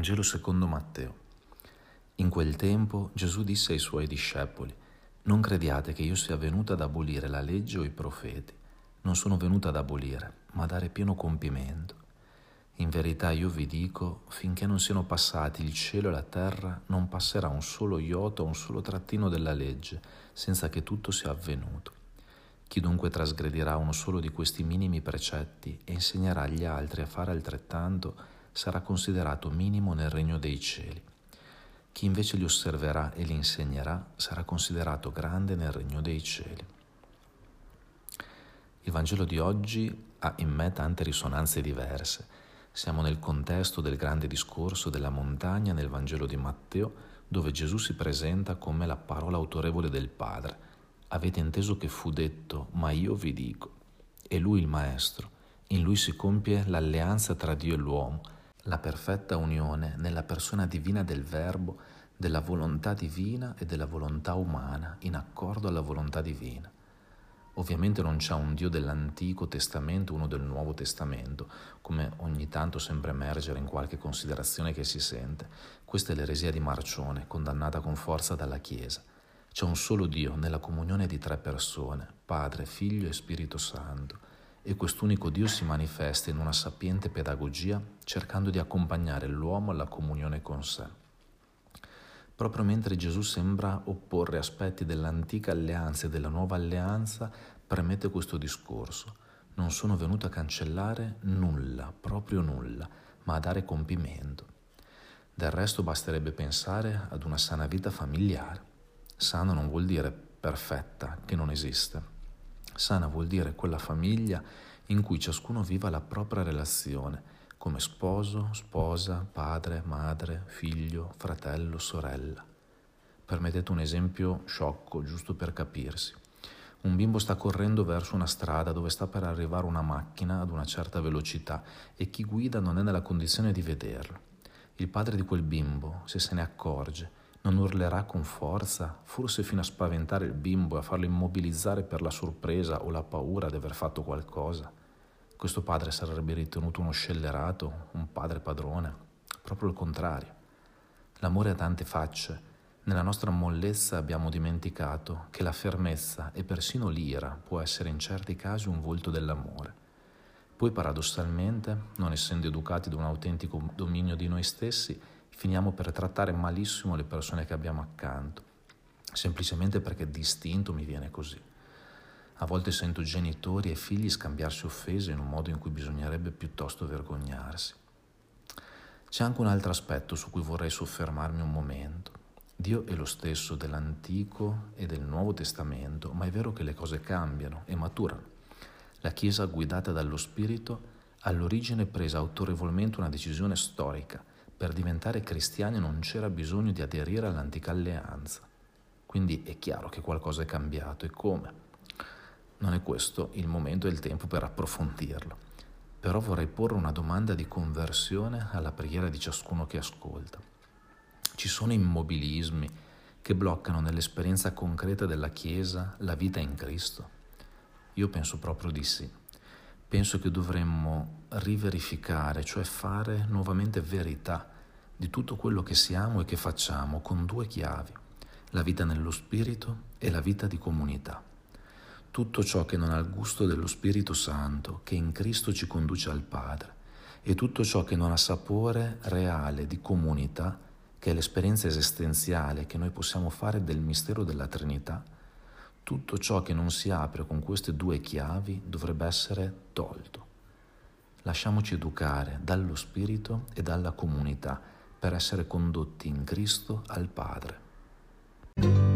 Vangelo secondo Matteo. In quel tempo Gesù disse ai suoi discepoli: «Non crediate che io sia venuto ad abolire la legge o i profeti. Non sono venuto ad abolire, ma a dare pieno compimento. In verità io vi dico, finché non siano passati il cielo e la terra, non passerà un solo iota o un solo trattino della legge, senza che tutto sia avvenuto. Chi dunque trasgredirà uno solo di questi minimi precetti e insegnerà agli altri a fare altrettanto, sarà considerato minimo nel regno dei cieli. Chi invece li osserverà e li insegnerà sarà considerato grande nel regno dei cieli». Il Vangelo di oggi ha in me tante risonanze diverse. Siamo nel contesto del grande discorso della montagna nel Vangelo di Matteo, dove Gesù si presenta come la parola autorevole del Padre. Avete inteso che fu detto, ma io vi dico. È Lui il Maestro. In Lui si compie l'alleanza tra Dio e l'uomo, la perfetta unione nella persona divina del Verbo, della volontà divina e della volontà umana, in accordo alla volontà divina. Ovviamente non c'è un Dio dell'Antico Testamento, uno del Nuovo Testamento, come ogni tanto sembra emergere in qualche considerazione che si sente. Questa è l'eresia di Marcione, condannata con forza dalla Chiesa. C'è un solo Dio nella comunione di tre persone, Padre, Figlio e Spirito Santo, e quest'unico Dio si manifesta in una sapiente pedagogia cercando di accompagnare l'uomo alla comunione con sé. Proprio mentre Gesù sembra opporre aspetti dell'antica alleanza e della nuova alleanza, permette questo discorso. Non sono venuto a cancellare nulla, proprio nulla, ma a dare compimento. Del resto basterebbe pensare ad una sana vita familiare. Sana non vuol dire perfetta, che non esiste. Sana vuol dire quella famiglia in cui ciascuno viva la propria relazione, come sposo, sposa, padre, madre, figlio, fratello, sorella. Permettete un esempio sciocco, giusto per capirsi. Un bimbo sta correndo verso una strada dove sta per arrivare una macchina ad una certa velocità e chi guida non è nella condizione di vederlo. Il padre di quel bimbo, se se ne accorge, non urlerà con forza, forse fino a spaventare il bimbo e a farlo immobilizzare per la sorpresa o la paura di aver fatto qualcosa? Questo padre sarebbe ritenuto uno scellerato, un padre padrone? Proprio il contrario. L'amore ha tante facce. Nella nostra mollezza abbiamo dimenticato che la fermezza e persino l'ira può essere in certi casi un volto dell'amore. Poi paradossalmente, non essendo educati da un autentico dominio di noi stessi, finiamo per trattare malissimo le persone che abbiamo accanto, semplicemente perché d'istinto mi viene così. A volte sento genitori e figli scambiarsi offese in un modo in cui bisognerebbe piuttosto vergognarsi. C'è anche un altro aspetto su cui vorrei soffermarmi un momento. Dio è lo stesso dell'Antico e del Nuovo Testamento, ma è vero che le cose cambiano e maturano. La Chiesa, guidata dallo Spirito, all'origine prese autorevolmente una decisione storica. Per diventare cristiani non c'era bisogno di aderire all'antica alleanza. Quindi è chiaro che qualcosa è cambiato e come. Non è questo il momento e il tempo per approfondirlo. Però vorrei porre una domanda di conversione alla preghiera di ciascuno che ascolta. Ci sono immobilismi che bloccano nell'esperienza concreta della Chiesa la vita in Cristo? Io penso proprio di sì. Penso che dovremmo riverificare, cioè fare nuovamente verità di tutto quello che siamo e che facciamo con due chiavi: la vita nello Spirito e la vita di comunità. Tutto ciò che non ha il gusto dello Spirito Santo, che in Cristo ci conduce al Padre, e tutto ciò che non ha sapore reale di comunità, che è l'esperienza esistenziale che noi possiamo fare del mistero della Trinità, tutto ciò che non si apre con queste due chiavi dovrebbe essere tolto. Lasciamoci educare dallo Spirito e dalla comunità per essere condotti in Cristo al Padre.